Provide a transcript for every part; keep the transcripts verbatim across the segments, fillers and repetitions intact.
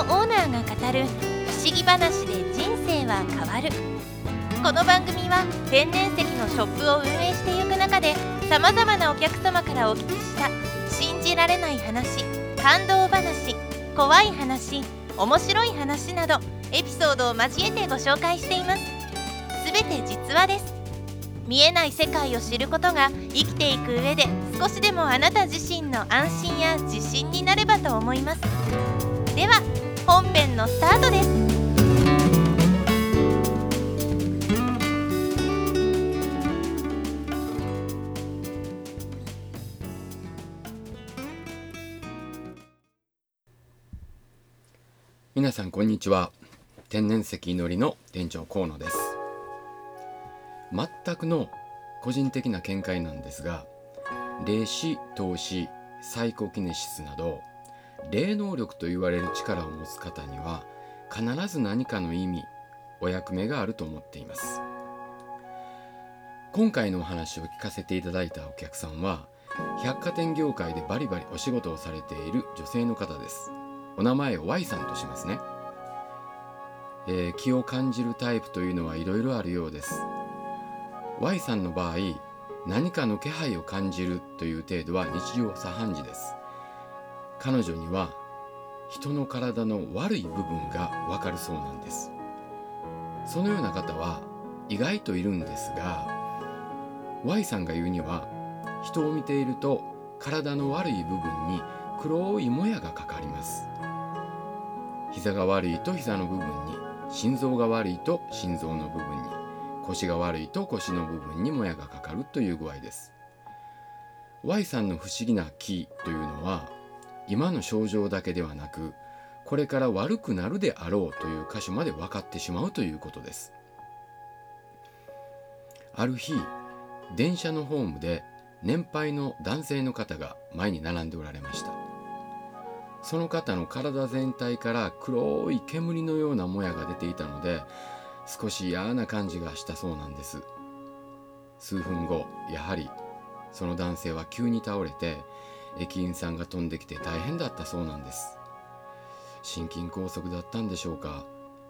オーナーが語る不思議話で人生は変わる。この番組は天然石のショップを運営していく中で、さまざまなお客様からお聞きした信じられない話、感動話、怖い話、面白い話などエピソードを交えてご紹介しています。すべて実話です。見えない世界を知ることが生きていく上で少しでもあなた自身の安心や自信になればと思います。では本編のスタートです。 皆さんこんにちは。天然石祈りの店長河野です。全くの個人的な見解なんですが、霊視、透視、サイコキネシスなど霊能力と言われる力を持つ方には必ず何かの意味、お役目があると思っています。今回のお話を聞かせていただいたお客さんは、百貨店業界でバリバリお仕事をされている女性の方です。お名前を Y さんとしますね。えー、気を感じるタイプというのはいろいろあるようです。 Y さんの場合、何かの気配を感じるという程度は日常茶飯事です。彼女には人の体の悪い部分がわかるそうなんです。そのような方は意外といるんですが、 Y さんが言うには、人を見ていると体の悪い部分に黒いもやがかかります。膝が悪いと膝の部分に、心臓が悪いと心臓の部分に、腰が悪いと腰の部分にもやがかかるという具合です。 Y さんの不思議な気というのは、今の症状だけではなく、これから悪くなるであろうという箇所まで分かってしまうということです。ある日、電車のホームで年配の男性の方が前に並んでおられました。その方の体全体から黒い煙のようなもやが出ていたので、少し嫌な感じがしたそうなんです。数分後、やはりその男性は急に倒れて、駅員さんが飛んできて大変だったそうなんです。心筋梗塞だったんでしょうか。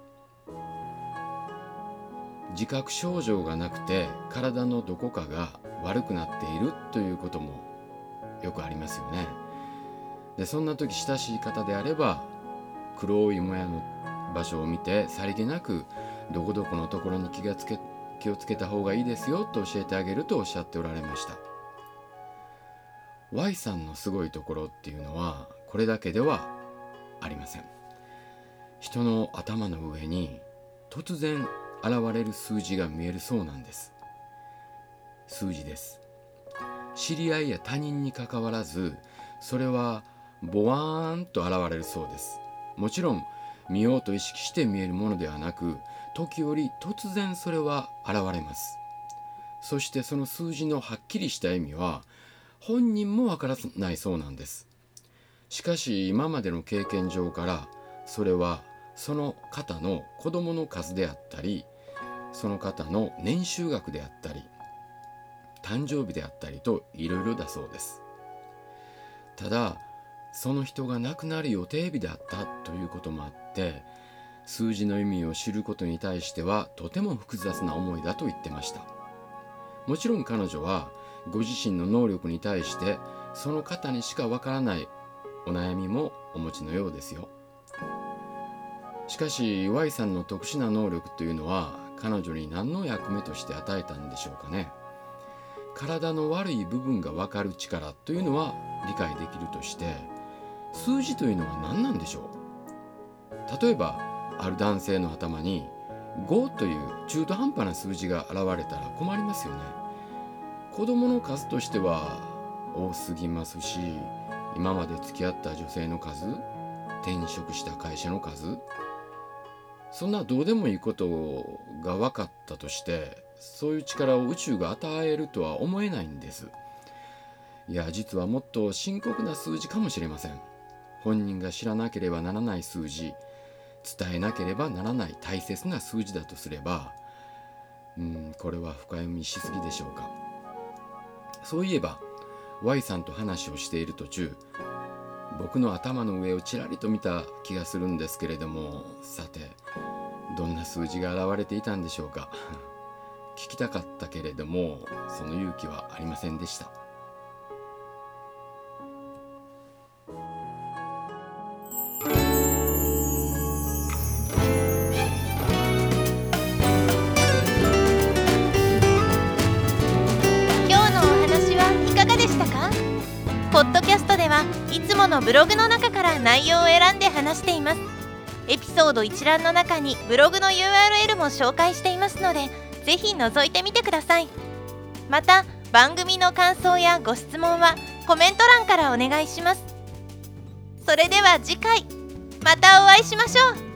自覚症状がなくて体のどこかが悪くなっているということもよくありますよね。でそんな時、親しい方であれば、黒いもやの場所を見てさりげなく、どこどこのところに気がつけ気をつけた方がいいですよと教えてあげるとおっしゃっておられました。 Y さんのすごいところっていうのはこれだけではありません。人の頭の上に突然現れる数字が見えるそうなんです。数字です。知り合いや他人にかかわらず、それはボワーンと現れるそうです。もちろん見ようと意識して見えるものではなく、時折突然それは現れます。そしてその数字のはっきりした意味は本人もわからないそうなんです。しかし今までの経験上から、それはその方の子供の数であったり、その方の年収額であったり、誕生日であったりといろいろだそうです。ただその人が亡くなる予定日であったということもあって、数字の意味を知ることに対してはとても複雑な思いだと言ってました。もちろん彼女はご自身の能力に対してその方にしかわからないお悩みもお持ちのようですよ。しかし Y さんの特殊な能力というのは彼女に何の役目として与えたんでしょうかね。体の悪い部分が分かる力というのは理解できるとして、数字というのは何なんでしょう。例えばある男性の頭にごという中途半端な数字が現れたら困りますよね。子供の数としては多すぎますし、今まで付き合った女性の数、転職した会社の数、そんなどうでもいいことが分かったとして、そういう力を宇宙が与えるとは思えないんです。いや、実はもっと深刻な数字かもしれません。本人が知らなければならない数字、伝えなければならない大切な数字だとすれば、うーんこれは深読みしすぎでしょうか。そういえば Y さんと話をしている途中、 僕の頭の上をちらりと見た気がするんですけれども、さてどんな数字が現れていたんでしょうか。聞きたかったけれどもその勇気はありませんでした。 今日のお話はいかがでしたか？ポッドキャストではいつものブログの中から内容を選んで話しています。エピソード一覧の中にブログの ユーアールエル も紹介していますので、ぜひ覗いてみてください。また番組の感想やご質問はコメント欄からお願いします。それでは次回またお会いしましょう。